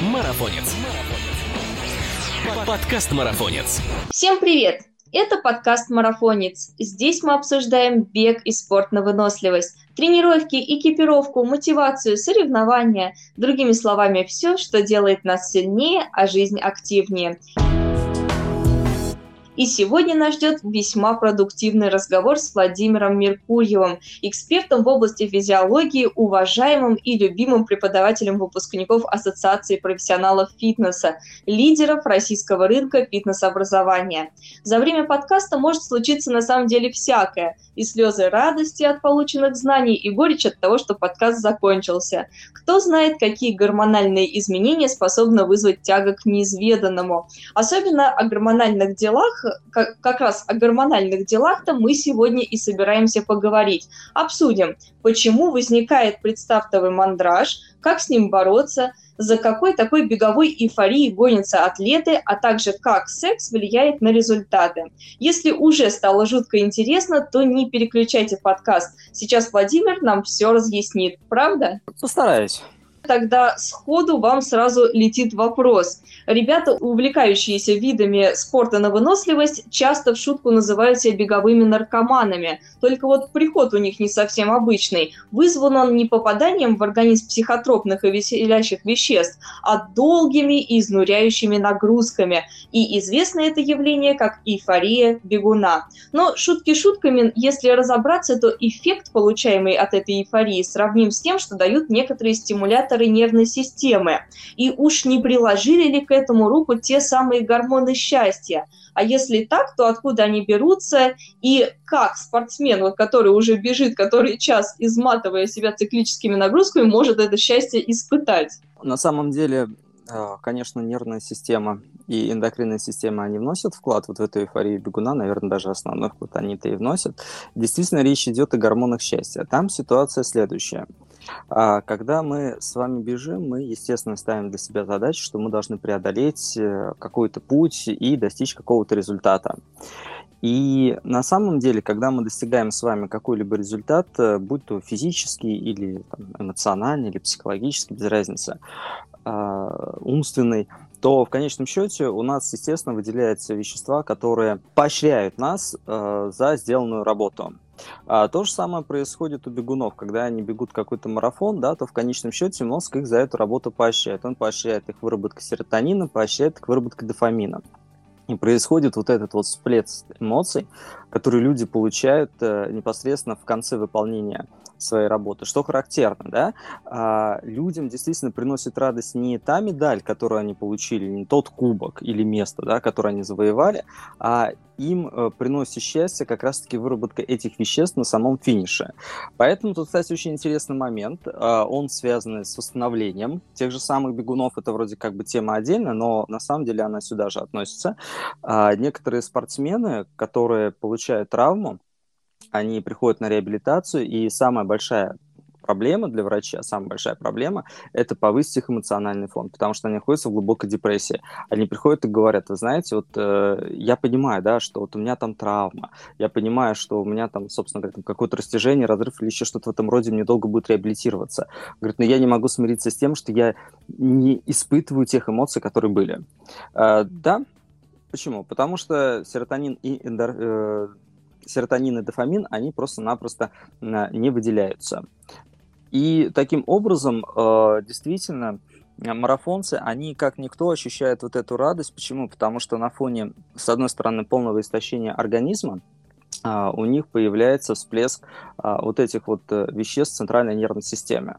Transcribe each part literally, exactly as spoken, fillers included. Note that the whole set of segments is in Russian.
Марафонец. Подкаст «Марафонец». Всем привет! Это подкаст «Марафонец». Здесь мы обсуждаем бег и спорт на выносливость, тренировки, экипировку, мотивацию, соревнования. Другими словами, все, что делает нас сильнее, а жизнь активнее. И сегодня нас ждет весьма продуктивный разговор с Владимиром Меркурьевым, экспертом в области физиологии, уважаемым и любимым преподавателем выпускников Ассоциации профессионалов фитнеса, лидеров российского рынка фитнес-образования. За время подкаста может случиться на самом деле всякое, и слезы радости от полученных знаний, и горечь от того, что подкаст закончился. Кто знает, какие гормональные изменения способны вызвать тяга к неизведанному. Особенно о гормональных делах, как, как раз о гормональных делах-то мы сегодня и собираемся поговорить. Обсудим, почему возникает предстартовый мандраж, как с ним бороться, за какой такой беговой эйфорией гонятся атлеты, а также как секс влияет на результаты. Если уже стало жутко интересно, то не переключайте подкаст. Сейчас Владимир нам все разъяснит, правда? Постараюсь. Тогда сходу вам сразу летит вопрос. Ребята, увлекающиеся видами спорта на выносливость, часто в шутку называют себя беговыми наркоманами. Только вот приход у них не совсем обычный. Вызван он не попаданием в организм психотропных и веселящих веществ, а долгими и изнуряющими нагрузками. И известно это явление как эйфория бегуна. Но шутки шутками, если разобраться, то эффект, получаемый от этой эйфории, сравним с тем, что дают некоторые стимуляторы нервной системы. И уж не приложили ли к этому руку те самые гормоны счастья? А если так, то откуда они берутся и как спортсмен, вот, который уже бежит который час, изматывая себя циклическими нагрузками, может это счастье испытать? На самом деле, конечно, нервная система и эндокринная система, они вносят вклад вот в эту эйфорию бегуна, наверное, даже основной вклад они-то и вносят. Действительно, речь идет о гормонах счастья. Там ситуация следующая. Когда мы с вами бежим, мы, естественно, ставим для себя задачу, что мы должны преодолеть какой-то путь и достичь какого-то результата. И на самом деле, когда мы достигаем с вами какой-либо результат, будь то физический или там, эмоциональный, или психологический, без разницы, умственный, то в конечном счете у нас, естественно, выделяются вещества, которые поощряют нас э, за сделанную работу. А то же самое происходит у бегунов. Когда они бегут какой-то марафон, да, то в конечном счете мозг их за эту работу поощряет. Он поощряет их выработкой серотонина, поощряет их выработкой дофамина. И происходит вот этот вот всплеск эмоций, которые люди получают э, непосредственно в конце выполнения своей работы. Что характерно, да? А, людям действительно приносит радость не та медаль, которую они получили, не тот кубок или место, да, которое они завоевали, а им э, приносит счастье как раз-таки выработка этих веществ на самом финише. Поэтому тут, кстати, очень интересный момент. Э, он связан с восстановлением тех же самых бегунов. Это вроде как бы тема отдельная, но на самом деле она сюда же относится. Э, некоторые спортсмены, которые получают травму, они приходят на реабилитацию, и самая большая проблема для врача, самая большая проблема – это повысить их эмоциональный фон, потому что они находятся в глубокой депрессии. Они приходят и говорят: вы знаете, вот э, я понимаю, да, что вот у меня там травма, я понимаю, что у меня там, собственно говоря, там какое-то растяжение, разрыв или еще что-то в этом роде, мне долго будет реабилитироваться. Говорит, но я не могу смириться с тем, что я не испытываю тех эмоций, которые были. Э, да, почему? Потому что серотонин и эндор... э, серотонин и дофамин, они просто-напросто не выделяются. И таким образом, действительно, марафонцы, они как никто ощущают вот эту радость. Почему? Потому что на фоне, с одной стороны, полного истощения организма, у них появляется всплеск вот этих вот веществ в центральной нервной системе.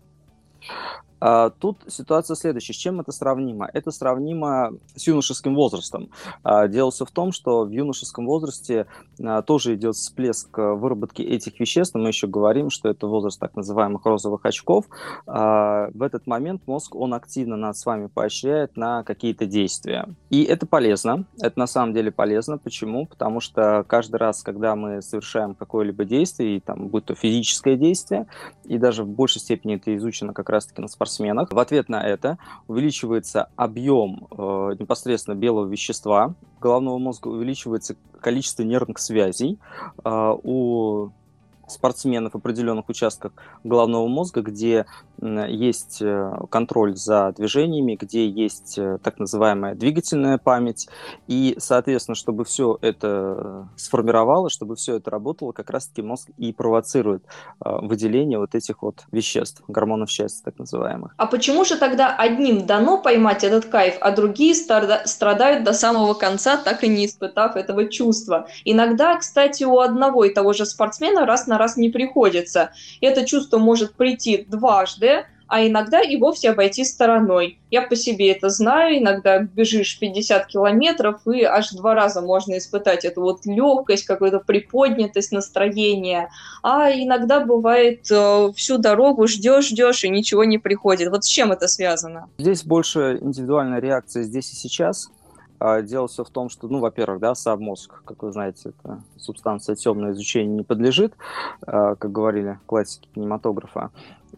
Тут ситуация следующая. С чем это сравнимо? Это сравнимо с юношеским возрастом. Дело все в том, что в юношеском возрасте тоже идет всплеск выработки этих веществ, но мы еще говорим, что это возраст так называемых розовых очков. В этот момент мозг, он активно нас с вами поощряет на какие-то действия. И это полезно, это на самом деле полезно. Почему? Потому что каждый раз, когда мы совершаем какое-либо действие, и там, будь то физическое действие, и даже в большей степени это изучено как раз-таки на спортсменах, в ответ на это увеличивается объем э, непосредственно белого вещества головного мозга, увеличивается количество нервных связей э, у спортсменов в определенных участках головного мозга, где есть контроль за движениями, где есть так называемая двигательная память. И, соответственно, чтобы все это сформировалось, чтобы все это работало, как раз-таки мозг и провоцирует выделение вот этих вот веществ, гормонов счастья так называемых. А почему же тогда одним дано поймать этот кайф, а другие страда- страдают до самого конца, так и не испытав этого чувства? Иногда, кстати, у одного и того же спортсмена раз на раз не приходится. Это чувство может прийти дважды, а иногда и вовсе обойти стороной. Я по себе это знаю, иногда бежишь пятьдесят километров, и аж два раза можно испытать эту вот легкость, какую-то приподнятость настроения. А иногда бывает э, всю дорогу ждешь, ждешь, и ничего не приходит. Вот с чем это связано? Здесь больше индивидуальная реакция здесь и сейчас. Дело все в том, что, ну, во-первых, да, сам мозг, как вы знаете, это субстанция темная, изучению не подлежит, как говорили классики кинематографа.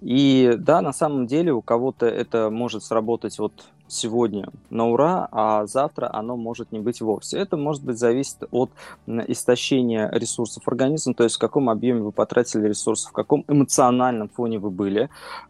И да, на самом деле у кого-то это может сработать вот сегодня на ура, а завтра оно может не быть вовсе. Это, может быть, зависит от истощения ресурсов организма, то есть в каком объеме вы потратили ресурсов, в каком эмоциональном фоне вы были,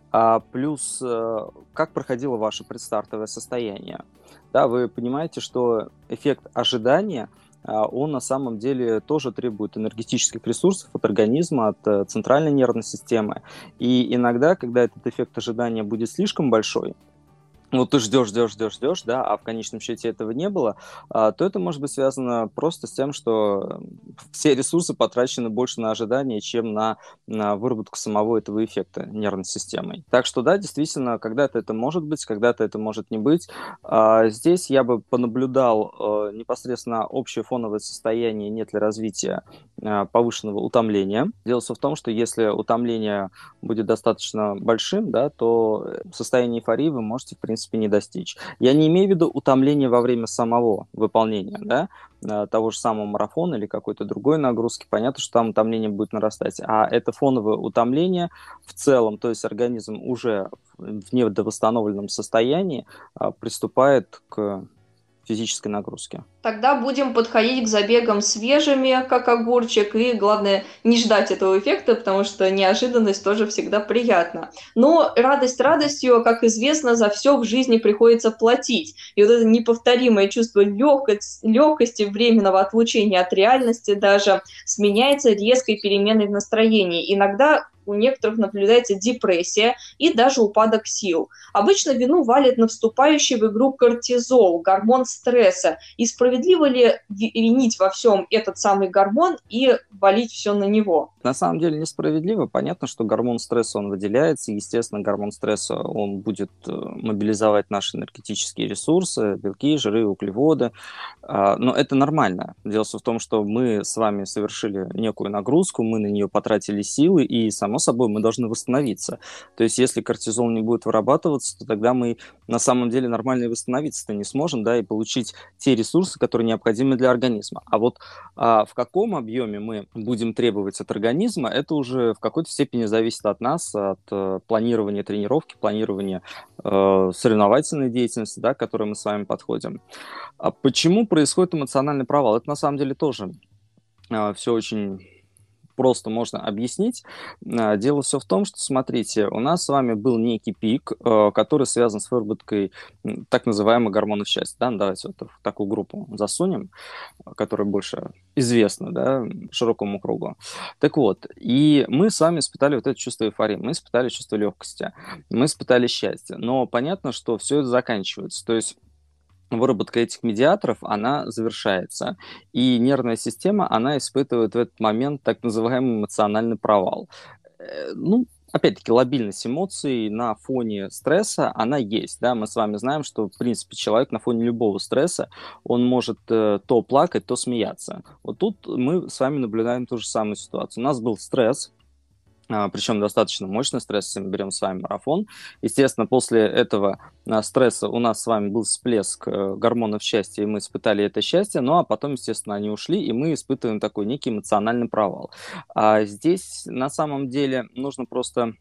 а плюс как проходило ваше предстартовое состояние. Да, вы понимаете, что эффект ожидания, он на самом деле тоже требует энергетических ресурсов от организма, от центральной нервной системы. И иногда, когда этот эффект ожидания будет слишком большой, вот ты ждешь, ждешь, ждешь, ждешь, да, а в конечном счете этого не было, то это может быть связано просто с тем, что все ресурсы потрачены больше на ожидание, чем на, на выработку самого этого эффекта нервной системой. Так что да, действительно, когда-то это может быть, когда-то это может не быть. Здесь я бы понаблюдал непосредственно общее фоновое состояние, нет ли развития повышенного утомления. Дело все в том, что если утомление будет достаточно большим, да, то состояние эйфории вы можете, в принципе, не достичь. Я не имею в виду утомление во время самого выполнения, да, того же самого марафона или какой-то другой нагрузки. Понятно, что там утомление будет нарастать. А это фоновое утомление в целом, то есть организм уже в недовосстановленном состоянии приступает к физической нагрузки. Тогда будем подходить к забегам свежими, как огурчик, и главное не ждать этого эффекта, потому что неожиданность тоже всегда приятна. Но радость радостью, как известно, за все в жизни приходится платить. И вот это неповторимое чувство легкости, легкости временного отлучения от реальности даже сменяется резкой переменой в настроении. Иногда у некоторых наблюдается депрессия и даже упадок сил. Обычно вину валят на вступающий в игру кортизол, гормон стресса. И справедливо ли винить во всем этот самый гормон и валить все на него? На самом деле несправедливо. Понятно, что гормон стресса, он выделяется. Естественно, гормон стресса, он будет мобилизовать наши энергетические ресурсы, белки, жиры, углеводы. Но это нормально. Дело в том, что мы с вами совершили некую нагрузку, мы на нее потратили силы, и, само собой, мы должны восстановиться. То есть, если кортизол не будет вырабатываться, то тогда мы на самом деле нормально и восстановиться-то не сможем, да, и получить те ресурсы, которые необходимы для организма. А вот а, в каком объеме мы будем требовать от организма, это уже в какой-то степени зависит от нас, от э, планирования тренировки, планирования э, соревновательной деятельности, да, к которой мы с вами подходим. А почему происходит эмоциональный провал? Это на самом деле тоже э, все очень просто можно объяснить. Дело все в том, что, смотрите, у нас с вами был некий пик, который связан с выработкой так называемых гормонов счастья. Да? Давайте вот в такую группу засунем, которая больше известна, да, широкому кругу. Так вот, и мы с вами испытали вот это чувство эйфории, мы испытали чувство легкости, мы испытали счастье. Но понятно, что все это заканчивается. То есть выработка этих медиаторов, она завершается. И нервная система, она испытывает в этот момент так называемый эмоциональный провал. Ну, опять-таки, лобильность эмоций на фоне стресса, она есть. Да? Мы с вами знаем, что, в принципе, человек на фоне любого стресса, он может э, то плакать, то смеяться. Вот тут мы с вами наблюдаем ту же самую ситуацию. У нас был стресс, причем достаточно мощный стресс, если мы берем с вами марафон. Естественно, после этого стресса у нас с вами был всплеск гормонов счастья, и мы испытали это счастье, ну а потом, естественно, они ушли, и мы испытываем такой некий эмоциональный провал. А здесь на самом деле нужно просто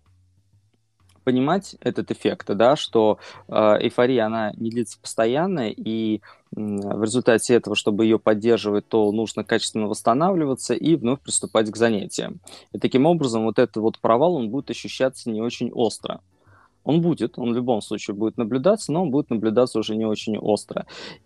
понимать этот эффект, да, что эйфория, она не длится постоянно, и в результате этого, чтобы ее поддерживать, то нужно качественно восстанавливаться и вновь приступать к занятиям. И таким образом вот этот вот провал, он будет ощущаться не очень остро. Он будет, он в любом случае будет наблюдаться, но он будет наблюдаться уже не очень остро.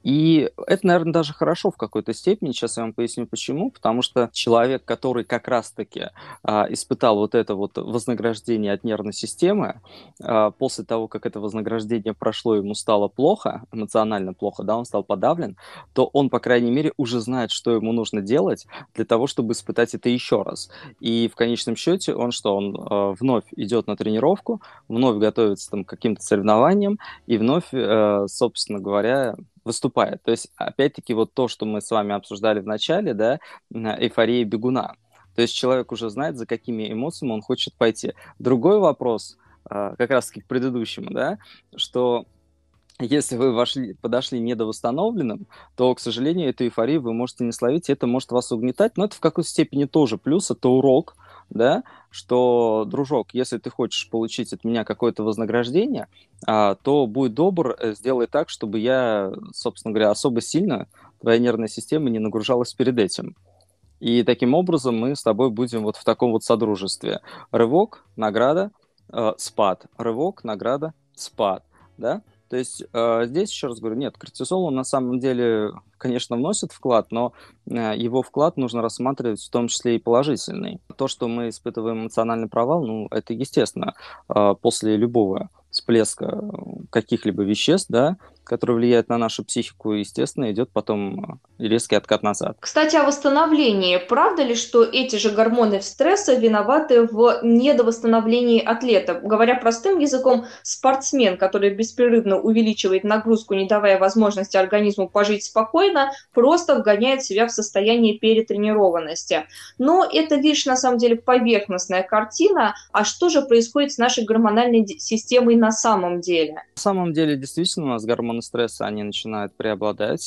И это, наверное, даже хорошо в какой-то степени. Сейчас я вам поясню, почему. Потому что человек, который как раз-таки а, испытал вот это вот вознаграждение от нервной системы, а, после того, как это вознаграждение прошло, ему стало плохо, эмоционально плохо, да, он стал подавлен, то он, по крайней мере, уже знает, что ему нужно делать для того, чтобы испытать это еще раз. И в конечном счете он что? Он э, вновь идет на тренировку, вновь готовится там, к каким-то соревнованиям и вновь, э, собственно говоря, выступает. То есть, опять-таки, вот то, что мы с вами обсуждали в начале, да, эйфория бегуна. То есть человек уже знает, за какими эмоциями он хочет пойти. Другой вопрос, э, как раз-таки к предыдущему, да, что если вы вошли, подошли недовосстановленным, то, к сожалению, эту эйфорию вы можете не словить, и это может вас угнетать, но это в какой-то степени тоже плюс, это урок, да, что, дружок, если ты хочешь получить от меня какое-то вознаграждение, а, то будь добр, э, сделай так, чтобы я, собственно говоря, особо сильно, твоя нервная система не нагружалась перед этим. И таким образом мы с тобой будем вот в таком вот содружестве. Рывок, награда, э, спад. Рывок, награда, спад. Да? То есть э, здесь, еще раз говорю, нет, кортизол, он на самом деле, конечно, вносит вклад, но э, его вклад нужно рассматривать в том числе и положительный. То, что мы испытываем эмоциональный провал, ну, это естественно. Э, после любого всплеска каких-либо веществ, да, которые влияют на нашу психику, естественно, идет потом резкий откат назад. Кстати, о восстановлении. Правда ли, что эти же гормоны стресса виноваты в недовосстановлении атлета? Говоря простым языком, спортсмен, который беспрерывно увеличивает нагрузку, не давая возможности организму пожить спокойно, просто вгоняет себя в состояние перетренированности. Но это лишь, на самом деле, поверхностная картина. А что же происходит с нашей гормональной системой на самом деле? На самом деле, действительно, у нас гормоны стресса, они начинают преобладать,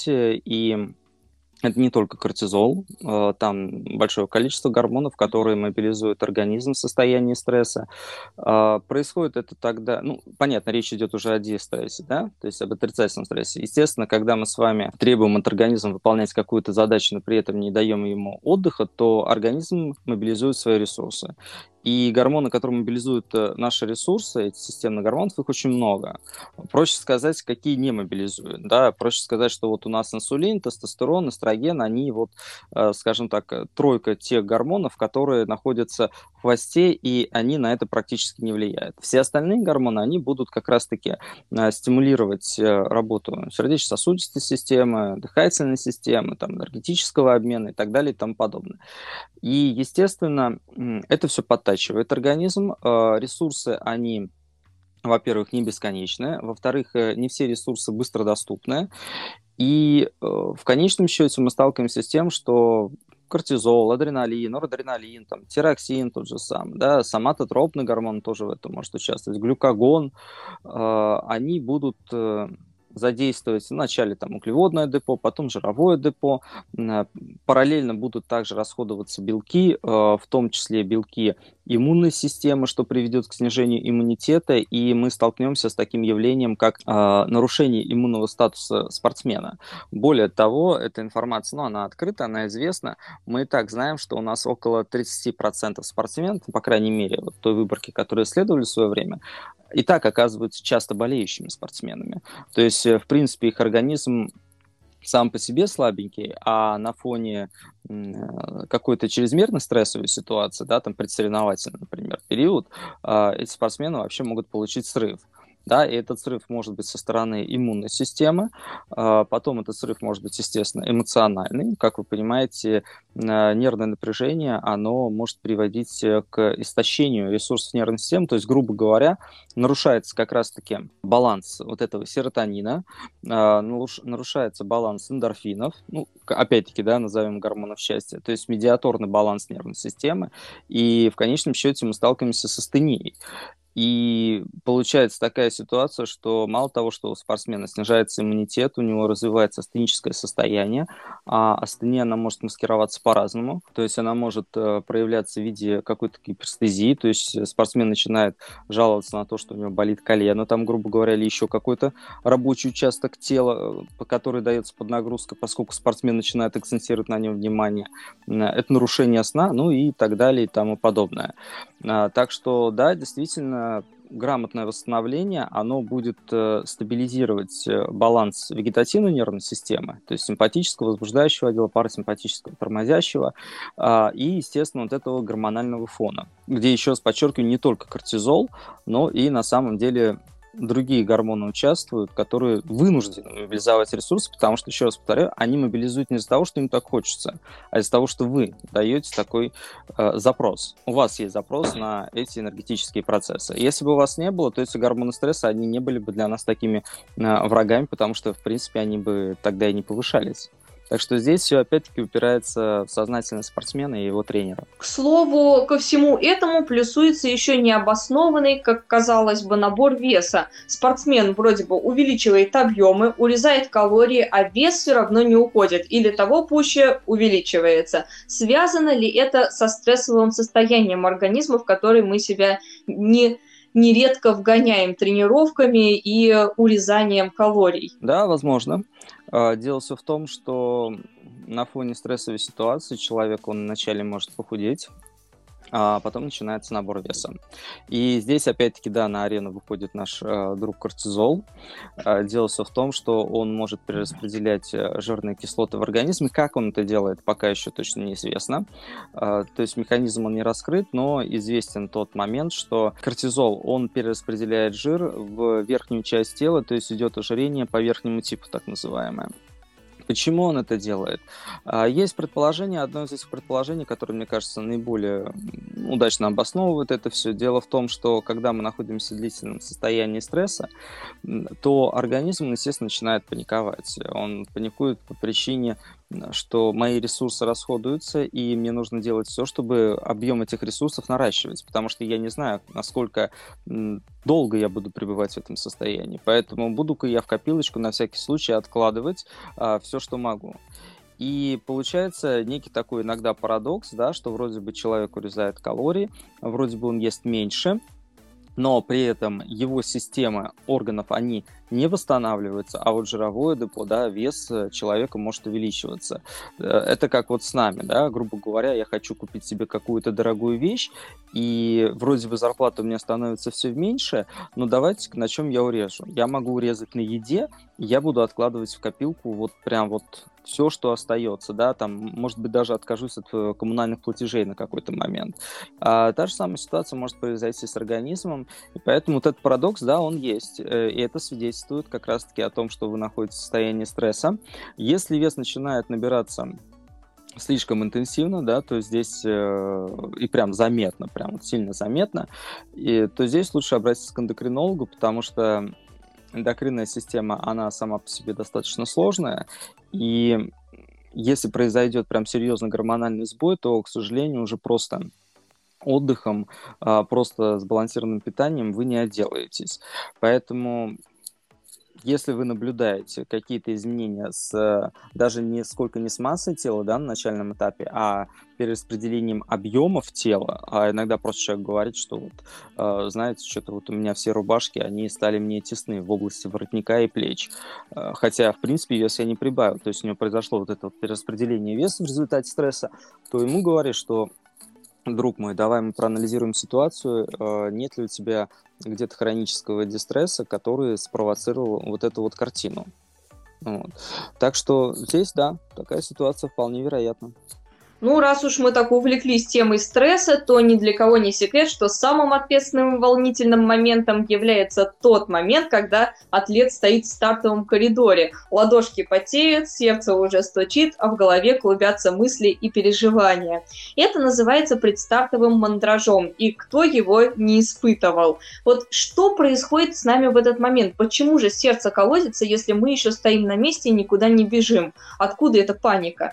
и это не только кортизол, э, там большое количество гормонов, которые мобилизуют организм в состоянии стресса. А, Происходит это тогда, ну, понятно, речь идет уже о дистрессе, да, то есть об отрицательном стрессе. Естественно, когда мы с вами требуем от организма выполнять какую-то задачу, но при этом не даем ему отдыха, то организм мобилизует свои ресурсы. И гормоны, которые мобилизуют э, наши ресурсы, эти системные гормонов, их очень много. Проще сказать, какие не мобилизуют. Да? Проще сказать, что вот у нас инсулин, тестостерон, эстроген, они вот, э, скажем так, э, тройка тех гормонов, которые находятся в хвосте, и они на это практически не влияют. Все остальные гормоны, они будут как раз-таки э, стимулировать э, работу сердечно-сосудистой системы, дыхательной системы, там, энергетического обмена и так далее и тому подобное. И, естественно, м, это все подтачивает организм. Э, Ресурсы, они, во-первых, не бесконечные, во-вторых, э, не все ресурсы быстро доступны. И э, в конечном счете мы сталкиваемся с тем, что кортизол, адреналин, норадреналин, там, тироксин тот же самый, да, соматотропный гормон тоже в этом может участвовать, глюкагон, э, они будут э, задействовать вначале там углеводное депо, потом жировое депо. М, Параллельно будут также расходоваться белки, э, в том числе белки иммунной системы, что приведет к снижению иммунитета, и мы столкнемся с таким явлением, как э, нарушение иммунного статуса спортсмена. Более того, эта информация, ну, она открыта, она известна. Мы и так знаем, что у нас около тридцать процентов спортсменов, по крайней мере, вот той выборки, которые исследовали в свое время, и так оказываются часто болеющими спортсменами. То есть, э, в принципе, их организм сам по себе слабенький, а на фоне м, э, какой-то чрезмерно стрессовой ситуации, да, там предсоревновательный, например, период, а, эти спортсмены вообще могут получить срыв. Да, и этот срыв может быть со стороны иммунной системы, а, потом этот срыв может быть, естественно, эмоциональный. Как вы понимаете, а, нервное напряжение, оно может приводить э, к истощению ресурсов нервной системы, то есть, грубо говоря, нарушается как раз-таки баланс вот этого серотонина, а, наруш- нарушается баланс эндорфинов, ну, к- опять-таки, да, назовем гормонов счастья, то есть медиаторный баланс нервной системы, и в конечном счете мы сталкиваемся с астенией. И получается такая ситуация, что мало того, что у спортсмена снижается иммунитет, у него развивается астеническое состояние, а астения, она может маскироваться по-разному, то есть она может э, проявляться в виде какой-то гиперстезии, то есть спортсмен начинает жаловаться на то, что у него болит колено, там, грубо говоря, или еще какой-то рабочий участок тела, э, по который дается под нагрузкой, поскольку спортсмен начинает акцентировать на нем внимание. Э, Это нарушение сна, ну и так далее и тому подобное. А, Так что, да, действительно, грамотное восстановление, оно будет э, стабилизировать э, баланс вегетативной нервной системы, то есть симпатического, возбуждающего отдела, парасимпатического, тормозящего, э, и, естественно, вот этого гормонального фона, где, еще раз подчеркиваю, не только кортизол, но и на самом деле другие гормоны участвуют, которые вынуждены мобилизовать ресурсы, потому что, еще раз повторяю, они мобилизуют не из-за того, что им так хочется, а из-за того, что вы даете такой э, запрос. У вас есть запрос на эти энергетические процессы. Если бы у вас не было, то эти гормоны стресса, они не были бы для нас такими э, врагами, потому что, в принципе, они бы тогда и не повышались. Так что здесь все опять-таки упирается в сознательность спортсмена и его тренера. К слову, ко всему этому плюсуется еще необоснованный, как казалось бы, набор веса. Спортсмен вроде бы увеличивает объемы, урезает калории, а вес все равно не уходит, или того пуще увеличивается. Связано ли это со стрессовым состоянием организма, в который мы себя не нередко вгоняем тренировками и урезанием калорий? Да, возможно. Дело все в том, что на фоне стрессовой ситуации человек, он вначале может похудеть, а потом начинается набор веса. И здесь, опять-таки, да, на арену выходит наш э, друг кортизол. Э, дело все в том, что он может перераспределять жирные кислоты в организме. Как он это делает, пока еще точно неизвестно. Э, то есть механизм он не раскрыт, но известен тот момент, что кортизол, он перераспределяет жир в верхнюю часть тела, то есть идет ожирение по верхнему типу, так называемое. Почему он это делает? Есть предположение, одно из этих предположений, которое, мне кажется, наиболее удачно обосновывает это все. Дело в том, что когда мы находимся в длительном состоянии стресса, то организм, естественно, начинает паниковать. Он паникует по причине, что мои ресурсы расходуются, и мне нужно делать все, чтобы объем этих ресурсов наращивать, потому что я не знаю, насколько долго я буду пребывать в этом состоянии. Поэтому буду-ка я в копилочку на всякий случай откладывать а, все, что могу. И получается некий такой иногда парадокс, да, что вроде бы человек урезает калории, вроде бы он ест меньше, но при этом его системы органов, они не восстанавливаются, а вот жировое депо, да, вес человека может увеличиваться. Это как вот с нами, да, грубо говоря, я хочу купить себе какую-то дорогую вещь, и вроде бы зарплата у меня становится все меньше, но давайте на чем я урежу? Я могу урезать на еде, и я буду откладывать в копилку вот прям вот все, что остается, да, там, может быть, даже откажусь от коммунальных платежей на какой-то момент. А та же самая ситуация может произойти с организмом, и поэтому вот этот парадокс, да, он есть, и это свидетельствует как раз-таки о том, что вы находитесь в состоянии стресса. Если вес начинает набираться слишком интенсивно, да, то здесь э, и прям заметно, прям вот сильно заметно, и, то здесь лучше обратиться к эндокринологу, потому что эндокринная система, она сама по себе достаточно сложная, и если произойдет прям серьезный гормональный сбой, то, к сожалению, уже просто отдыхом, просто сбалансированным питанием вы не отделаетесь. Поэтому если вы наблюдаете какие-то изменения с, даже не сколько не с массой тела, да, на начальном этапе, а перераспределением объемов тела, а иногда просто человек говорит, что вот, э, знаете, что-то вот у меня все рубашки, они стали мне тесны в области воротника и плеч. Э, хотя, в принципе, вес я не прибавил, то есть у него произошло вот это вот перераспределение веса в результате стресса, то ему говорит, что друг мой, давай мы проанализируем ситуацию, э, нет ли у тебя где-то хронического дистресса, который спровоцировал вот эту вот картину. Вот. Так что здесь, да, такая ситуация вполне вероятна. Ну, раз уж мы так увлеклись темой стресса, то ни для кого не секрет, что самым ответственным и волнительным моментом является тот момент, когда атлет стоит в стартовом коридоре. Ладошки потеют, сердце уже стучит, а в голове клубятся мысли и переживания. Это называется предстартовым мандражом, и кто его не испытывал? Вот что происходит с нами в этот момент? Почему же сердце колотится, если мы еще стоим на месте и никуда не бежим? Откуда эта паника?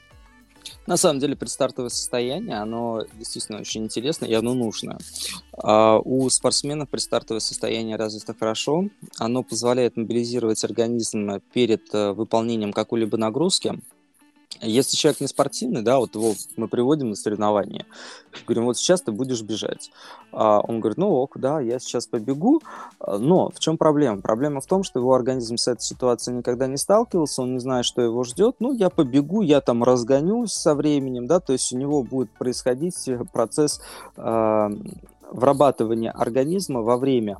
На самом деле предстартовое состояние, оно действительно очень интересно и оно нужно. А у спортсменов предстартовое состояние развито хорошо. Оно позволяет мобилизировать организм перед выполнением какой-либо нагрузки. Если человек не спортивный, да, вот его мы приводим на соревнования, говорим, вот сейчас ты будешь бежать. А он говорит, ну ок, да, я сейчас побегу, но в чем проблема? Проблема в том, что его организм с этой ситуацией никогда не сталкивался, он не знает, что его ждет, ну я побегу, я там разгонюсь со временем, да, то есть у него будет происходить процесс э, вырабатывания организма во время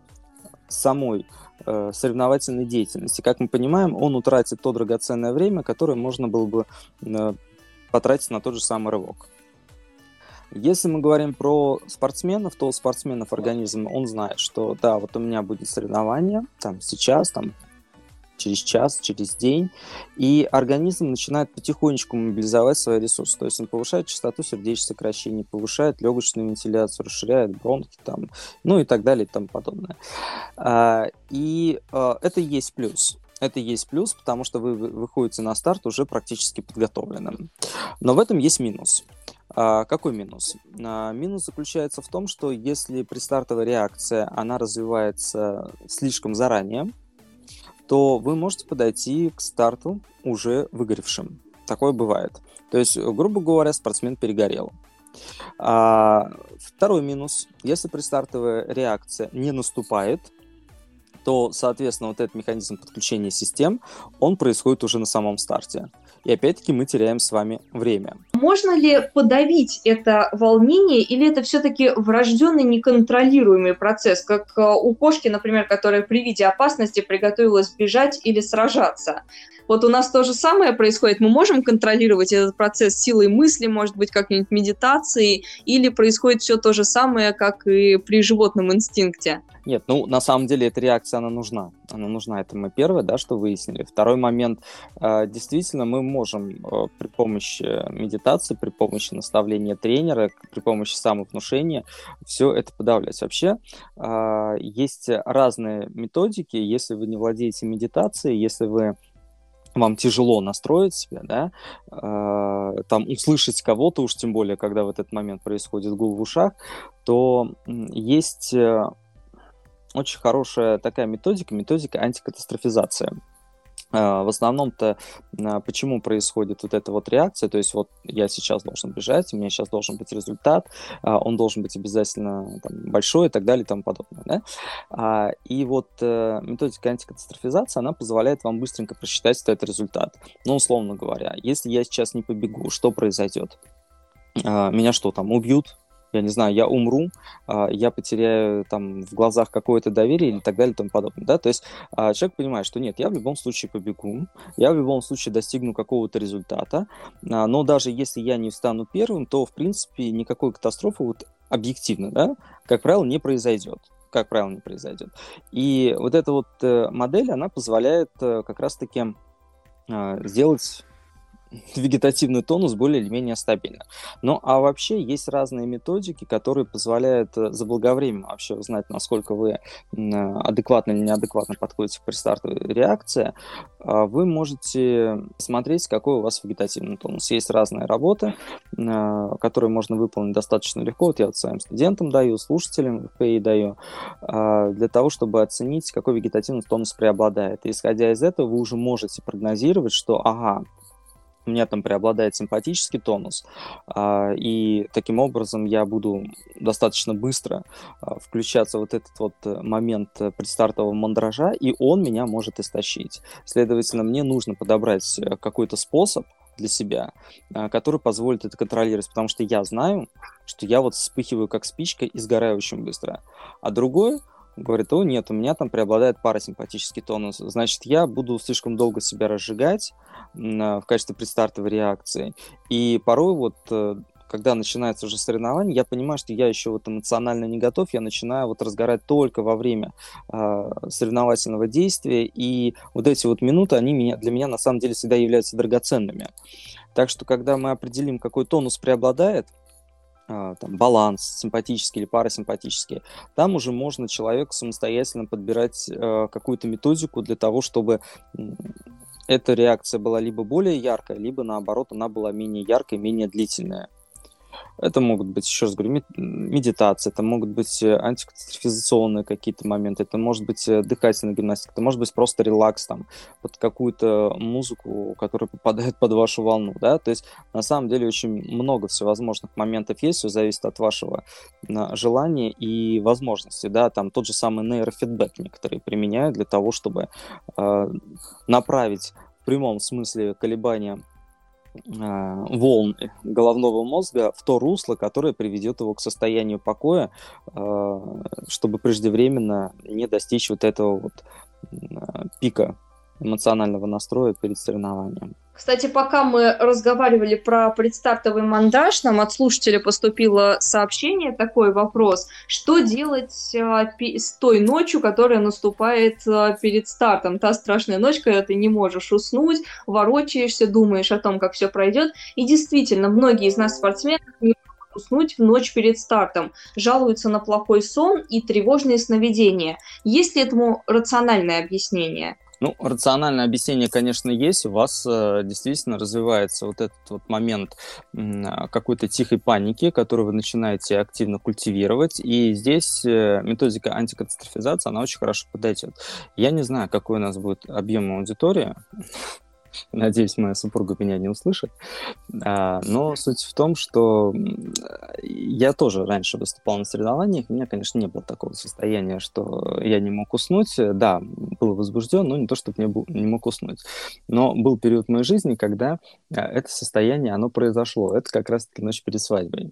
самой э, соревновательной деятельности. Как мы понимаем, он утратит то драгоценное время, которое можно было бы э, потратить на тот же самый рывок. Если мы говорим про спортсменов, то у спортсменов организм, он знает, что да, вот у меня будет соревнование, там сейчас, там через час, через день, и организм начинает потихонечку мобилизовать свои ресурсы. То есть он повышает частоту сердечных сокращений, повышает легочную вентиляцию, расширяет бронхи, там, ну и так далее и тому подобное. А, и а, это и есть плюс. Это и есть плюс, потому что вы выходите на старт уже практически подготовленным. Но в этом есть минус. А, какой минус? А, минус заключается в том, что если предстартовая реакция, она развивается слишком заранее, то вы можете подойти к старту уже выгоревшим. Такое бывает. То есть, грубо говоря, спортсмен перегорел. А, второй минус. Если предстартовая реакция не наступает, то, соответственно, вот этот механизм подключения систем, он происходит уже на самом старте. И опять-таки мы теряем с вами время. Можно ли подавить это волнение, или это все-таки врожденный неконтролируемый процесс, как у кошки, например, которая при виде опасности приготовилась бежать или сражаться? Вот у нас то же самое происходит. Мы можем контролировать этот процесс силой мысли, может быть, как-нибудь медитацией, или происходит все то же самое, как и при животном инстинкте? Нет, ну, на самом деле, эта реакция, она нужна. Она нужна, это мы первое, да, что выяснили. Второй момент, действительно, мы можем при помощи медитации, при помощи наставления тренера, при помощи самовнушения все это подавлять. Вообще, есть разные методики, если вы не владеете медитацией, если вы вам тяжело настроить себя, да, э, там услышать кого-то, уж тем более, когда в этот момент происходит гул в ушах, то есть э, очень хорошая такая методика, методика антикатастрофизации. Э, в основном-то э, почему происходит вот эта вот реакция, то есть вот я сейчас должен бежать, у меня сейчас должен быть результат, э, он должен быть обязательно там, большой и так далее и тому подобное, да? А, и вот э, методика антикатастрофизации, она позволяет вам быстренько просчитать этот результат. Ну, условно говоря, если я сейчас не побегу, что произойдет? А, меня что, там, убьют? Я не знаю, я умру, а, я потеряю там в глазах какое-то доверие или так далее и тому подобное, да, то есть а, человек понимает, что нет, я в любом случае побегу, я в любом случае достигну какого-то результата, а, но даже если я не встану первым, то, в принципе, никакой катастрофы вот объективно, да, как правило, не произойдет. Как правило, не произойдет. И вот эта вот э, модель, она позволяет э, как раз-таки э, сделать вегетативный тонус более или менее стабильно. Ну, а вообще есть разные методики, которые позволяют э, заблаговременно вообще узнать, насколько вы м, адекватно или неадекватно подходите к предстартовой реакции. А Вы можете смотреть, какой у вас вегетативный тонус. Есть разные работы, э, которые можно выполнить достаточно легко. Вот я вот своим студентам даю, слушателям в ПИ даю, э, для того, чтобы оценить, какой вегетативный тонус преобладает. И исходя из этого, вы уже можете прогнозировать, что, ага, у меня там преобладает симпатический тонус, а, и таким образом я буду достаточно быстро а, включаться в вот этот вот момент предстартового мандража, и он меня может истощить. Следовательно, мне нужно подобрать какой-то способ для себя, а, который позволит это контролировать, потому что я знаю, что я вот вспыхиваю как спичка и сгораю очень быстро. А другой говорит, о, нет, у меня там преобладает парасимпатический тонус, значит, я буду слишком долго себя разжигать в качестве предстартовой реакции. И порой вот, когда начинается уже соревнование, я понимаю, что я еще вот эмоционально не готов, я начинаю вот разгорать только во время э, соревновательного действия, и вот эти вот минуты, они меня, для меня на самом деле всегда являются драгоценными. Так что, когда мы определим, какой тонус преобладает, там, баланс, симпатический или парасимпатический, там уже можно человеку самостоятельно подбирать э, какую-то методику для того, чтобы эта реакция была либо более яркая, либо наоборот она была менее яркой, менее длительная. Это могут быть, еще раз говорю, медитация, это могут быть антикатастрофизационные какие-то моменты, это может быть дыхательная гимнастика, это может быть просто релакс там, под какую-то музыку, которая попадает под вашу волну, да, то есть на самом деле очень много всевозможных моментов есть, все зависит от вашего желания и возможностей, да, там тот же самый нейрофидбэк некоторые применяют для того, чтобы э, направить в прямом смысле колебания волн головного мозга в то русло, которое приведет его к состоянию покоя, чтобы преждевременно не достичь вот этого вот пика эмоционального настроя перед соревнованием. Кстати, пока мы разговаривали про предстартовый мандраж, нам от слушателя поступило сообщение, такой вопрос. Что делать а, пи- с той ночью, которая наступает а, перед стартом? Та страшная ночь, когда ты не можешь уснуть, ворочаешься, думаешь о том, как все пройдет. И действительно, многие из нас, спортсменов, не могут уснуть в ночь перед стартом, жалуются на плохой сон и тревожные сновидения. Есть ли этому рациональное объяснение? Ну, рациональное объяснение, конечно, есть. У вас э, действительно развивается вот этот вот момент м, какой-то тихой паники, которую вы начинаете активно культивировать. И здесь э, методика антикатастрофизации, она очень хорошо подойдет. Я не знаю, какой у нас будет объем аудитории. Надеюсь, моя супруга меня не услышит. А, но суть в том, что я тоже раньше выступал на соревнованиях. У меня, конечно, не было такого состояния, что я не мог уснуть. Да, был возбужден, но не то, чтобы не, был, не мог уснуть. Но был период в моей жизни, когда это состояние, оно произошло. Это как раз-таки ночь перед свадьбой.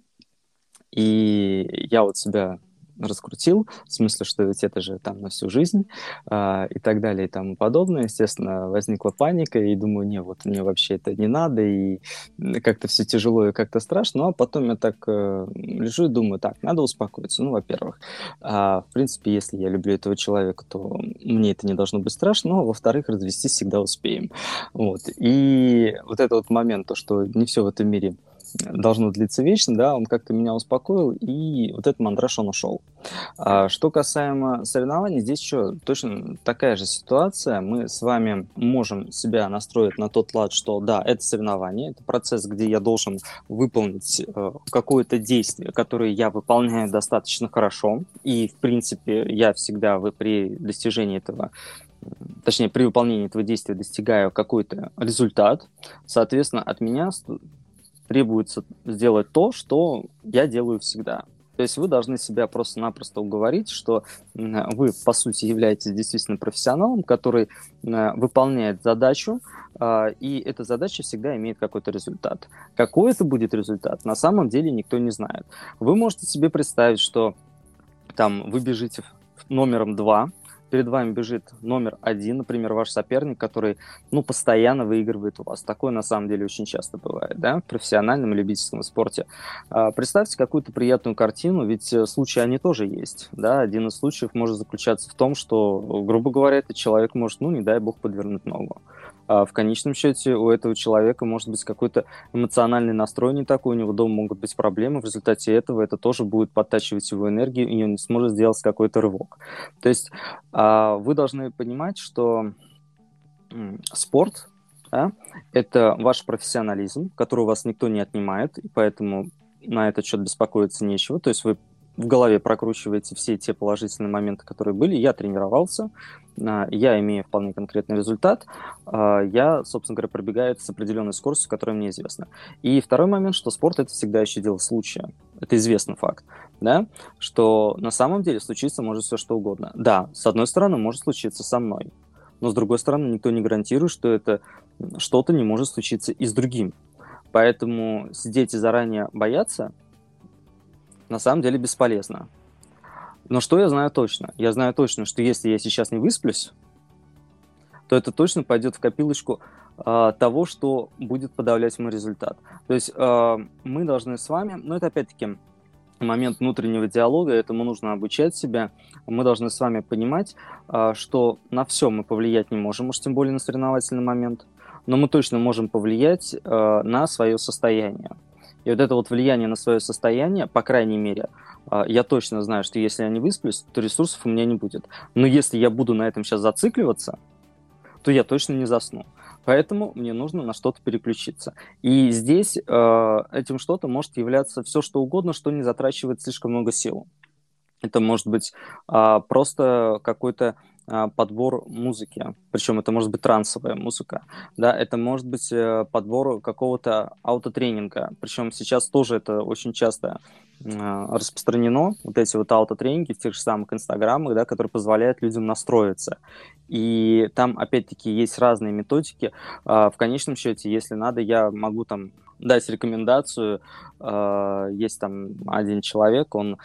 И я вот себя раскрутил, в смысле, что ведь это же там на всю жизнь а, и так далее и тому подобное. Естественно, возникла паника, и думаю, не, вот мне вообще это не надо, и как-то все тяжело и как-то страшно. Ну, а потом я так э, лежу и думаю, так, надо успокоиться. Ну, во-первых, а, в принципе, если я люблю этого человека, то мне это не должно быть страшно, но, во-вторых, развестись всегда успеем. Вот. И вот этот вот момент, то, что не все в этом мире должно длиться вечно, да, он как-то меня успокоил, и вот этот мандраж, он ушел. А что касаемо соревнований, здесь еще точно такая же ситуация. Мы с вами можем себя настроить на тот лад, что да, это соревнование, это процесс, где я должен выполнить э, какое-то действие, которое я выполняю достаточно хорошо, и, в принципе, я всегда вы, при достижении этого точнее, при выполнении этого действия достигаю какой-то результат. Соответственно, от меня требуется сделать то, что я делаю всегда. То есть вы должны себя просто-напросто уговорить, что вы, по сути, являетесь действительно профессионалом, который выполняет задачу, и эта задача всегда имеет какой-то результат. Какой это будет результат, на самом деле никто не знает. Вы можете себе представить, что там вы бежите номером два, перед вами бежит номер один, например, ваш соперник, который, ну, постоянно выигрывает у вас. Такое, на самом деле, очень часто бывает, да, в профессиональном и любительском спорте. А, представьте какую-то приятную картину, ведь случаи они тоже есть, да. Один из случаев может заключаться в том, что, грубо говоря, этот человек может, ну, не дай бог, подвернуть ногу. А в конечном счете у этого человека может быть какой-то эмоциональный настрой не такой, у него дома могут быть проблемы, в результате этого это тоже будет подтачивать его энергию, и он не сможет сделать какой-то рывок. То есть вы должны понимать, что спорт, да, это ваш профессионализм, который у вас никто не отнимает, и поэтому на этот счет беспокоиться нечего. То есть вы в голове прокручиваете все те положительные моменты, которые были. Я тренировался, я имею вполне конкретный результат, я, собственно говоря, пробегаю это с определенной скоростью, которая мне известна. И второй момент, что спорт — это всегда еще дело случая. Это известный факт, да, что на самом деле случиться может все что угодно. Да, с одной стороны, может случиться со мной, но с другой стороны, никто не гарантирует, что это что-то не может случиться и с другим. Поэтому сидеть и заранее бояться на самом деле бесполезно. Но что я знаю точно? Я знаю точно, что если я сейчас не высплюсь, то это точно пойдет в копилочку э, того, что будет подавлять мой результат. То есть э, мы должны с вами, ну это опять-таки момент внутреннего диалога, этому нужно обучать себя. Мы должны с вами понимать, э, что на все мы повлиять не можем, уж тем более на соревновательный момент, но мы точно можем повлиять э, на свое состояние. И вот это вот влияние на свое состояние, по крайней мере, я точно знаю, что если я не высплюсь, то ресурсов у меня не будет. Но если я буду на этом сейчас зацикливаться, то я точно не засну. Поэтому мне нужно на что-то переключиться. И здесь э, этим что-то может являться все, что угодно, что не затрачивает слишком много сил. Это может быть э, просто какой-то подбор музыки, причем это может быть трансовая музыка, да, это может быть подбор какого-то аутотренинга, причем сейчас тоже это очень часто э, распространено, вот эти вот аутотренинги в тех же самых инстаграмах, да, которые позволяют людям настроиться. И там, опять-таки, есть разные методики. А, в конечном счете, если надо, я могу там дать рекомендацию. А, есть там один человек, он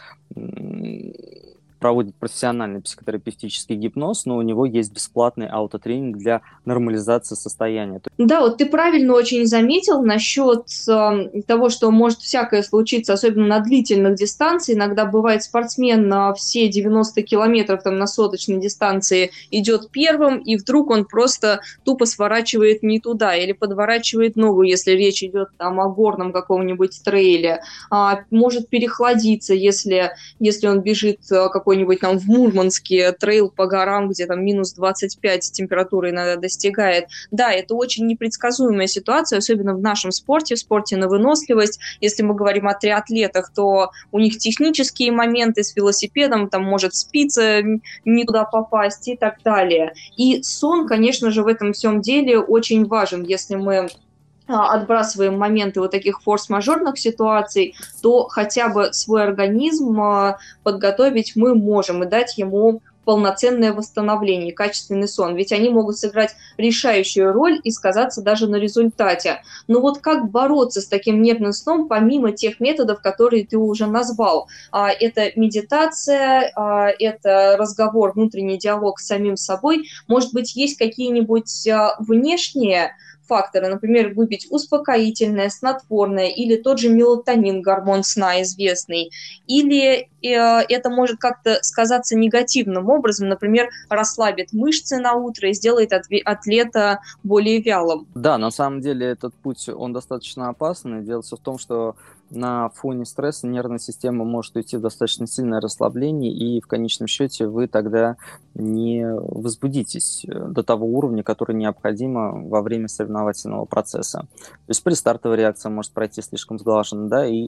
м, проводит профессиональный психотерапевтический гипноз, но у него есть бесплатный аутотренинг для нормализации состояния. Да, вот ты правильно очень заметил насчет э, того, что может всякое случиться, особенно на длительных дистанциях. Иногда бывает спортсмен на все девяносто километров там, на соточной дистанции идет первым, и вдруг он просто тупо сворачивает не туда или подворачивает ногу, если речь идет там, о горном каком-нибудь трейле. А, может перехладиться, если, если он бежит э, какой-нибудь там в Мурманске трейл по горам, где там минус двадцать пять температура иногда достигает. Да, это очень непредсказуемая ситуация, особенно в нашем спорте, в спорте на выносливость. Если мы говорим о триатлетах, то у них технические моменты с велосипедом, там может спица не туда попасть и так далее. И сон, конечно же, в этом всем деле очень важен. Если мы отбрасываем моменты вот таких форс-мажорных ситуаций, то хотя бы свой организм подготовить мы можем и дать ему полноценное восстановление, качественный сон. Ведь они могут сыграть решающую роль и сказаться даже на результате. Но вот как бороться с таким нервным сном, помимо тех методов, которые ты уже назвал? Это медитация, это разговор, внутренний диалог с самим собой. Может быть, есть какие-нибудь внешние факторы, например, выпить успокоительное, снотворное или тот же мелатонин, гормон сна известный, или э, это может как-то сказаться негативным образом, например, расслабит мышцы на утро и сделает атлета более вялым. Да, на самом деле этот путь, он достаточно опасный. Дело в том, что на фоне стресса нервная система может уйти в достаточно сильное расслабление, и в конечном счете вы тогда не возбудитесь до того уровня, который необходимо во время соревновательного процесса. То есть предстартовая реакция может пройти слишком сглаженно, да, и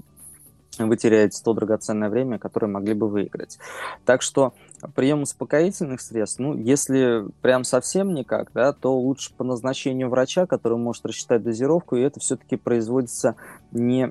вы теряете то драгоценное время, которое могли бы выиграть. Так что прием успокоительных средств, ну, если прям совсем никак, да, то лучше по назначению врача, который может рассчитать дозировку, и это все-таки производится не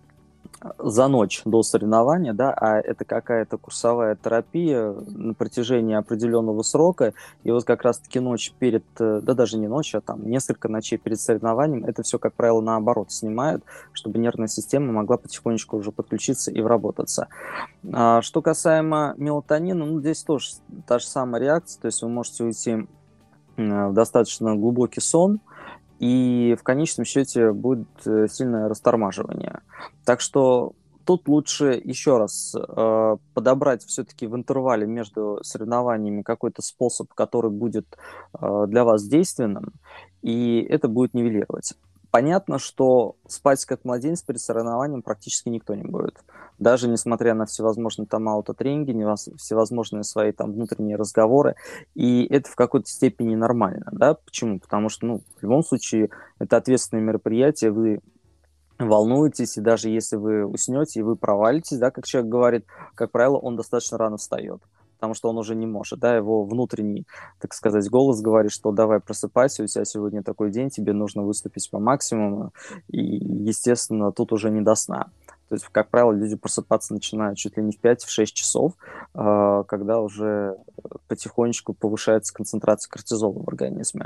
за ночь до соревнования, да, а это какая-то курсовая терапия на протяжении определенного срока, и вот как раз-таки ночь перед, да даже не ночь, а там несколько ночей перед соревнованием, это все, как правило, наоборот снимают, чтобы нервная система могла потихонечку уже подключиться и вработаться. А что касаемо мелатонина, ну, здесь тоже та же самая реакция, то есть вы можете уйти в достаточно глубокий сон, и в конечном счете будет сильное растормаживание. Так что тут лучше еще раз э, подобрать все-таки в интервале между соревнованиями какой-то способ, который будет э, для вас действенным, и это будет нивелировать. Понятно, что спать как младенец перед соревнованием практически никто не будет. Даже несмотря на всевозможные там аутотренинги, всевозможные свои там внутренние разговоры. И это в какой-то степени нормально. Да? Почему? Потому что, ну, в любом случае, это ответственное мероприятие, вы волнуетесь, и даже если вы уснете и вы провалитесь, да, как человек говорит, как правило, он достаточно рано встает, потому что он уже не может, да, его внутренний, так сказать, голос говорит, что давай просыпайся, у тебя сегодня такой день, тебе нужно выступить по максимуму, и, естественно, тут уже не до сна. То есть, как правило, люди просыпаться начинают чуть ли не в пять-шесть часов, когда уже потихонечку повышается концентрация кортизола в организме.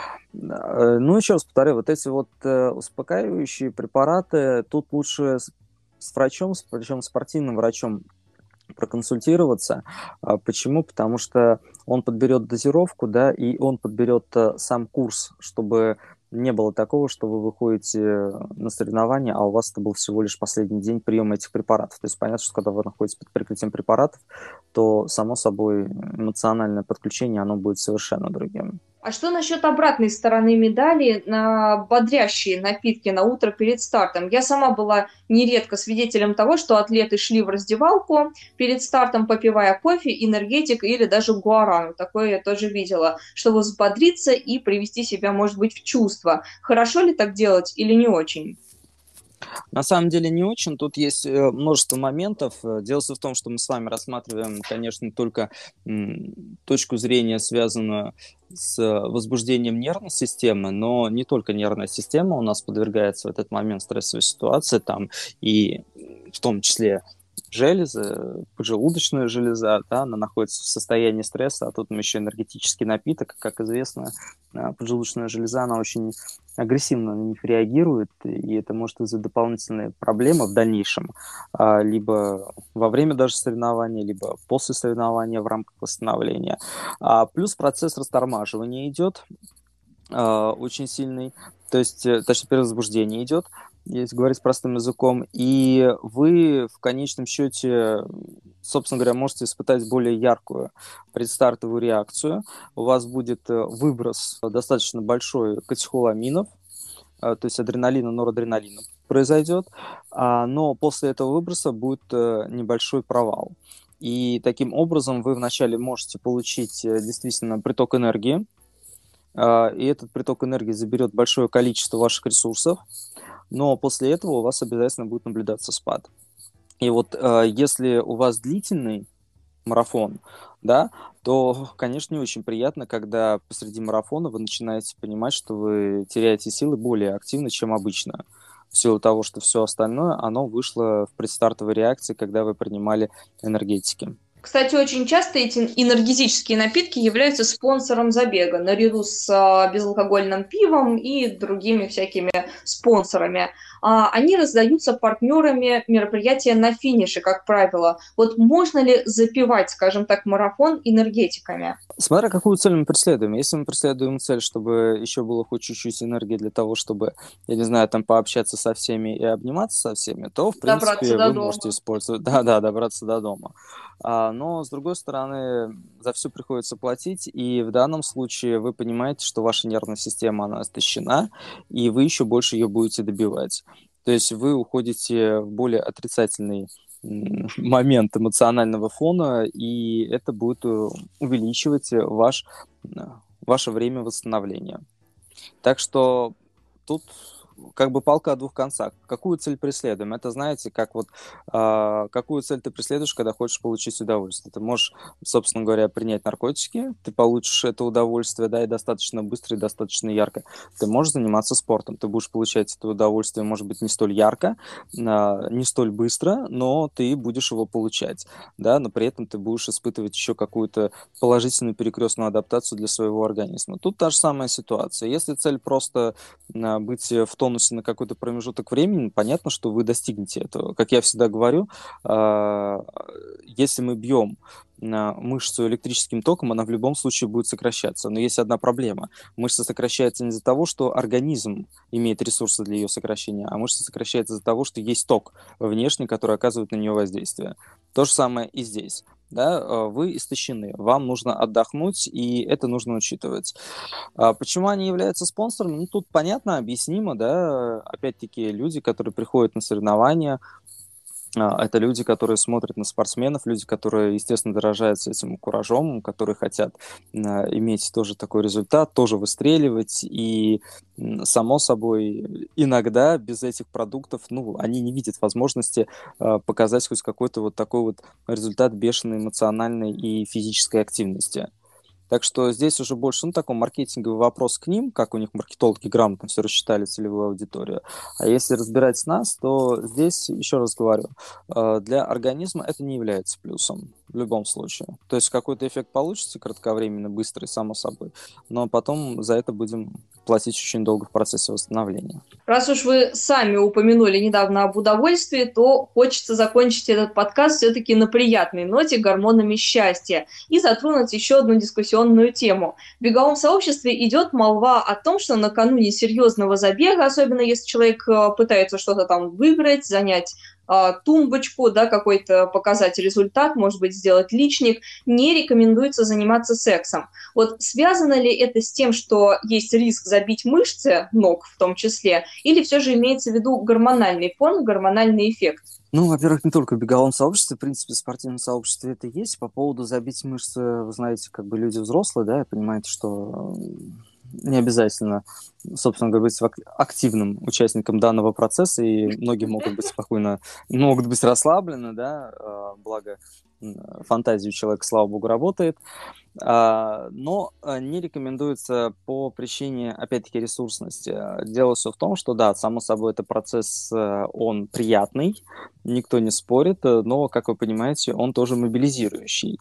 Ну, еще раз повторю, вот эти вот успокаивающие препараты, тут лучше с врачом, причем спортивным врачом, проконсультироваться. Почему? Потому что он подберет дозировку, да, и он подберет сам курс, чтобы не было такого, что вы выходите на соревнования, а у вас это был всего лишь последний день приема этих препаратов. То есть понятно, что когда вы находитесь под прикрытием препаратов, то, само собой, эмоциональное подключение, оно будет совершенно другим. А что насчет обратной стороны медали на бодрящие напитки на утро перед стартом? Я сама была нередко свидетелем того, что атлеты шли в раздевалку перед стартом, попивая кофе, энергетик или даже гуарану. Такое я тоже видела, чтобы взбодриться и привести себя, может быть, в чувство. Хорошо ли так делать или не очень? На самом деле не очень. Тут есть множество моментов. Дело в том, что мы с вами рассматриваем, конечно, только м, точку зрения, связанную с возбуждением нервной системы, но не только нервная система у нас подвергается в этот момент стрессовой ситуации, там и в том числе железы, поджелудочная железа, да, она находится в состоянии стресса, а тут еще энергетический напиток. Как известно, поджелудочная железа, она очень агрессивно на них реагирует, и это может вызвать дополнительные проблемы в дальнейшем, либо во время даже соревнования, либо после соревнования в рамках восстановления. А плюс процесс растормаживания идет очень сильный, то есть, точнее, перевозбуждение идет, если говорить простым языком, и вы в конечном счете, собственно говоря, можете испытать более яркую предстартовую реакцию. У вас будет выброс достаточно большой катехоламинов, то есть адреналина, норадреналина произойдет, но после этого выброса будет небольшой провал. И таким образом вы вначале можете получить действительно приток энергии, и этот приток энергии заберет большое количество ваших ресурсов, но после этого у вас обязательно будет наблюдаться спад. И вот э, если у вас длительный марафон, да, то, конечно, не очень приятно, когда посреди марафона вы начинаете понимать, что вы теряете силы более активно, чем обычно, в силу того, что все остальное, оно вышло в предстартовой реакции, когда вы принимали энергетики. Кстати, очень часто эти энергетические напитки являются спонсором забега, наряду с а, безалкогольным пивом и другими всякими спонсорами. А, они раздаются партнерами мероприятия на финише, как правило. Вот можно ли запивать, скажем так, марафон энергетиками? Смотря какую цель мы преследуем. Если мы преследуем цель, чтобы еще было хоть чуть-чуть энергии для того, чтобы, я не знаю, там пообщаться со всеми и обниматься со всеми, то, в Добраться принципе, до вы дома. можете использовать, да-да, добраться до дома. А, но, с другой стороны, за все приходится платить, и в данном случае вы понимаете, что ваша нервная система, она истощена, и вы еще больше ее будете добивать. То есть вы уходите в более отрицательный момент эмоционального фона, и это будет увеличивать ваш, ваше время восстановления. Так что тут как бы палка о двух концах. Какую цель преследуем? Это, знаете, как вот э, какую цель ты преследуешь, когда хочешь получить удовольствие. Ты можешь, собственно говоря, принять наркотики, ты получишь это удовольствие, да, и достаточно быстро, и достаточно ярко. Ты можешь заниматься спортом, ты будешь получать это удовольствие, может быть, не столь ярко, э, не столь быстро, но ты будешь его получать, да, но при этом ты будешь испытывать еще какую-то положительную перекрестную адаптацию для своего организма. Тут та же самая ситуация. Если цель просто э, быть в тонусе на какой-то промежуток времени, понятно, что вы достигнете этого. Как я всегда говорю, если мы бьем мышцу электрическим током, она в любом случае будет сокращаться. Но есть одна проблема. Мышца сокращается не из-за того, что организм имеет ресурсы для ее сокращения, а мышца сокращается из-за того, что есть ток внешний, который оказывает на нее воздействие. То же самое и здесь. Да, вы истощены, вам нужно отдохнуть, и это нужно учитывать. А почему они являются спонсорами? Ну, тут понятно, объяснимо, да, опять-таки люди, которые приходят на соревнования, это люди, которые смотрят на спортсменов, люди, которые, естественно, дорожают этим куражом, которые хотят иметь тоже такой результат, тоже выстреливать. И, само собой, иногда без этих продуктов, ну, они не видят возможности показать хоть какой-то вот такой вот результат бешеной эмоциональной и физической активности. Так что здесь уже больше, ну, такой маркетинговый вопрос к ним, как у них маркетологи грамотно все рассчитали целевую аудиторию. А если разбирать нас, то здесь, еще раз говорю, для организма это не является плюсом в любом случае. То есть какой-то эффект получится кратковременно, быстрый, само собой, но потом за это будем платить очень долго в процессе восстановления. Раз уж вы сами упомянули недавно об удовольствии, то хочется закончить этот подкаст все-таки на приятной ноте гормонами счастья и затронуть еще одну дискуссионную тему. В беговом сообществе идет молва о том, что накануне серьезного забега, особенно если человек пытается что-то там выиграть, занять тумбочку, да, какой-то показать результат, может быть, сделать личник, не рекомендуется заниматься сексом. Вот связано ли это с тем, что есть риск забить мышцы ног в том числе, или все же имеется в виду гормональный фон, гормональный эффект? Ну, во-первых, не только в беговом сообществе, в принципе, в спортивном сообществе это есть. По поводу забить мышцы, вы знаете, как бы люди взрослые, да, и понимаете, что не обязательно, собственно говоря, быть активным участником данного процесса, и многие могут быть спокойно, могут быть расслаблены, да, э, благо фантазия у человека, слава богу, работает. А, но а, не рекомендуется по причине, опять-таки, ресурсности. Дело все в том, что, да, само собой, это процесс, э, он приятный, никто не спорит, э, но, как вы понимаете, он тоже мобилизирующий.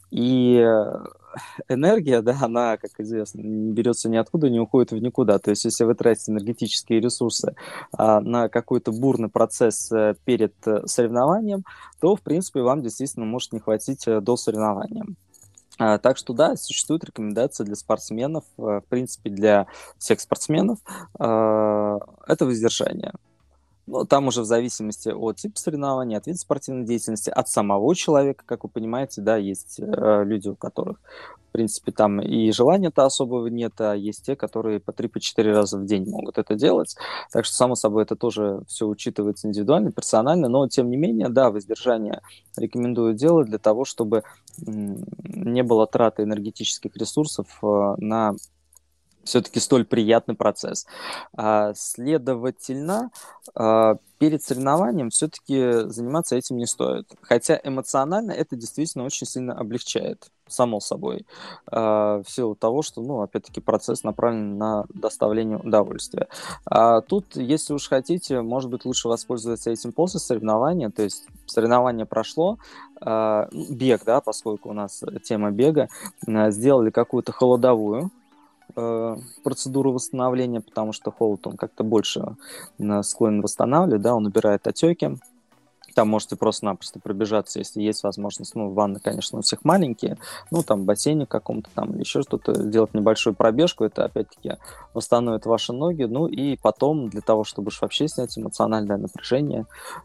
И э, энергия, да, она, как известно, не берется ниоткуда, не уходит в никуда. То есть, если вы тратите энергетические ресурсы а, на какой-то бурный процесс э, перед э, соревнованием, то, в принципе, вам действительно может не хватить э, до соревнования. А, Так что да, существует рекомендация для спортсменов, э, в принципе, для всех спортсменов, а, это воздержание. Ну, там уже в зависимости от типа соревнований, от вида спортивной деятельности, от самого человека, как вы понимаете, да, есть э, люди, у которых, в принципе, там и желания-то особого нет, а есть те, которые по три четыре раза в день могут это делать. Так что, само собой, это тоже все учитывается индивидуально, персонально, но, тем не менее, да, воздержание рекомендую делать для того, чтобы м, не было траты энергетических ресурсов э, на все-таки столь приятный процесс. А, следовательно, а, перед соревнованием все-таки заниматься этим не стоит. Хотя эмоционально это действительно очень сильно облегчает, само собой, а, в силу того, что, ну, опять-таки, процесс направлен на доставление удовольствия. А тут, если уж хотите, может быть, лучше воспользоваться этим после соревнования, то есть соревнование прошло, а, бег, да, поскольку у нас тема бега, а, сделали какую-то холодовую процедуру восстановления, потому что холод, он как-то больше э, склонен восстанавливать, да, он убирает отеки. Там можете просто-напросто пробежаться, если есть возможность. Ну, ванны, конечно, у всех маленькие. Ну, там, в бассейне каком-то там или еще что-то. Сделать небольшую пробежку, это, опять-таки, восстановит ваши ноги. Ну, и потом, для того, чтобы уж вообще снять эмоциональное напряжение,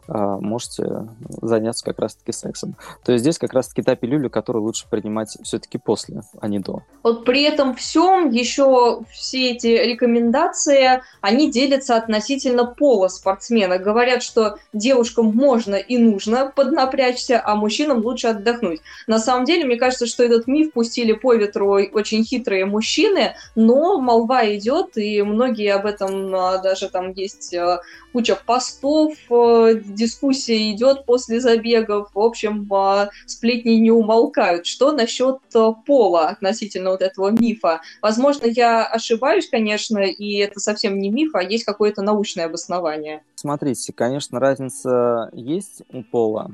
можете заняться как раз-таки сексом. То есть здесь как раз-таки та пилюля, которую лучше принимать все-таки после, а не до. Вот при этом всем еще все эти рекомендации, они делятся относительно пола спортсмена. Говорят, что девушкам можно и нужно поднапрячься, а мужчинам лучше отдохнуть. На самом деле, мне кажется, что этот миф пустили по ветру очень хитрые мужчины, но молва идет, и многие об этом, даже там есть куча постов, дискуссия идет после забегов, в общем, сплетни не умолкают. Что насчет пола относительно вот этого мифа? Возможно, я ошибаюсь, конечно, и это совсем не миф, а есть какое-то научное обоснование. Смотрите, конечно, разница есть у пола.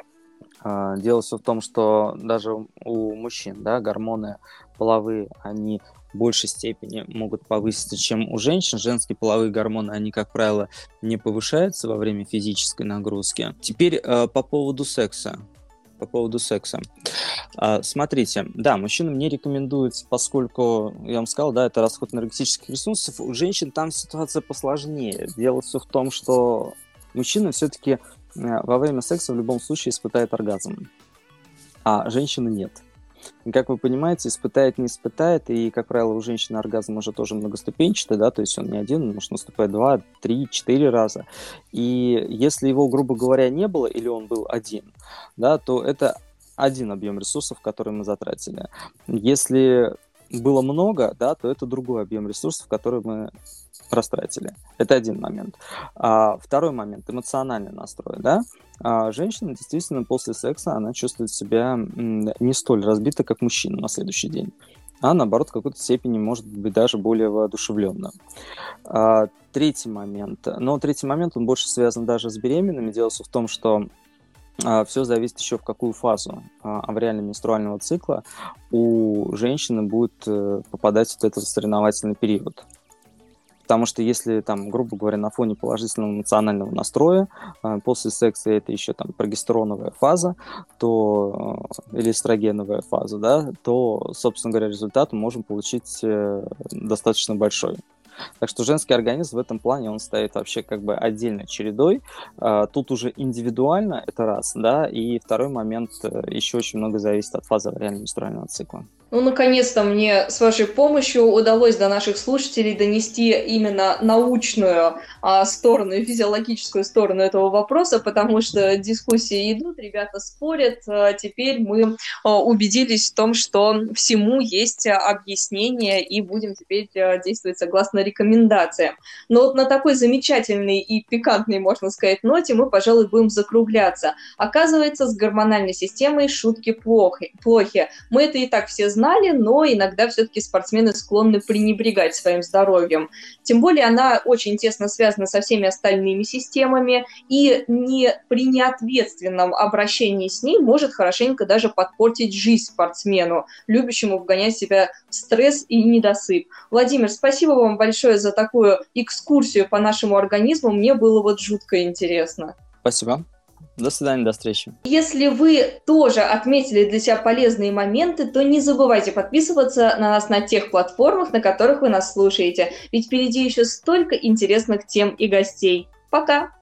Дело все в том, что даже у мужчин, да, гормоны половые, они в большей степени могут повыситься, чем у женщин. Женские половые гормоны, они, как правило, не повышаются во время физической нагрузки. Теперь по поводу секса. По поводу секса. Смотрите, да, мужчинам не рекомендуется, поскольку, я вам сказал, да, это расход энергетических ресурсов. У женщин там ситуация посложнее. Дело все в том, что мужчина все-таки во время секса в любом случае испытает оргазм, а женщины нет. И, как вы понимаете, испытает, не испытает, и, как правило, у женщины оргазм уже тоже многоступенчатый, да, то есть он не один, он может наступать два, три, четыре раза. И если его, грубо говоря, не было, или он был один, да, то это один объем ресурсов, который мы затратили. Если было много, да, то это другой объем ресурсов, который мы растратили. Это один момент. А второй момент – эмоциональный настрой, да. А женщина действительно после секса, она чувствует себя не столь разбита, как мужчина на следующий день, а наоборот в какой-то степени может быть даже более воодушевленно. А третий момент. Но третий момент, он больше связан даже с беременными. Дело в том, что все зависит еще в какую фазу авариально-менструального цикла у женщины будет попадать вот этот соревновательный период. Потому что если, там, грубо говоря, на фоне положительного эмоционального настроя после секса это еще там прогестероновая фаза, то, или эстрогеновая фаза, да, то, собственно говоря, результат мы можем получить достаточно большой. Так что женский организм в этом плане, он стоит вообще как бы отдельной чередой. Тут уже индивидуально, это раз, да, и второй момент, еще очень много зависит от фазы авариально-менструального цикла. Ну, наконец-то мне с вашей помощью удалось до наших слушателей донести именно научную а, сторону и физиологическую сторону этого вопроса, потому что дискуссии идут, ребята спорят. А теперь мы а, убедились в том, что всему есть а, объяснение, и будем теперь а, действовать согласно рекомендациям. Но вот на такой замечательной и пикантной, можно сказать, ноте мы, пожалуй, будем закругляться. Оказывается, с гормональной системой шутки плохи. плохи. Мы это и так все знали, но иногда все-таки спортсмены склонны пренебрегать своим здоровьем. Тем более она очень тесно связана со всеми остальными системами, и не, при неответственном обращении с ней может хорошенько даже подпортить жизнь спортсмену, любящему вгонять себя в стресс и недосып. Владимир, спасибо вам большое за такую экскурсию по нашему организму, мне было вот жутко интересно. Спасибо. До свидания, до встречи. Если вы тоже отметили для себя полезные моменты, то не забывайте подписываться на нас на тех платформах, на которых вы нас слушаете, ведь впереди еще столько интересных тем и гостей. Пока!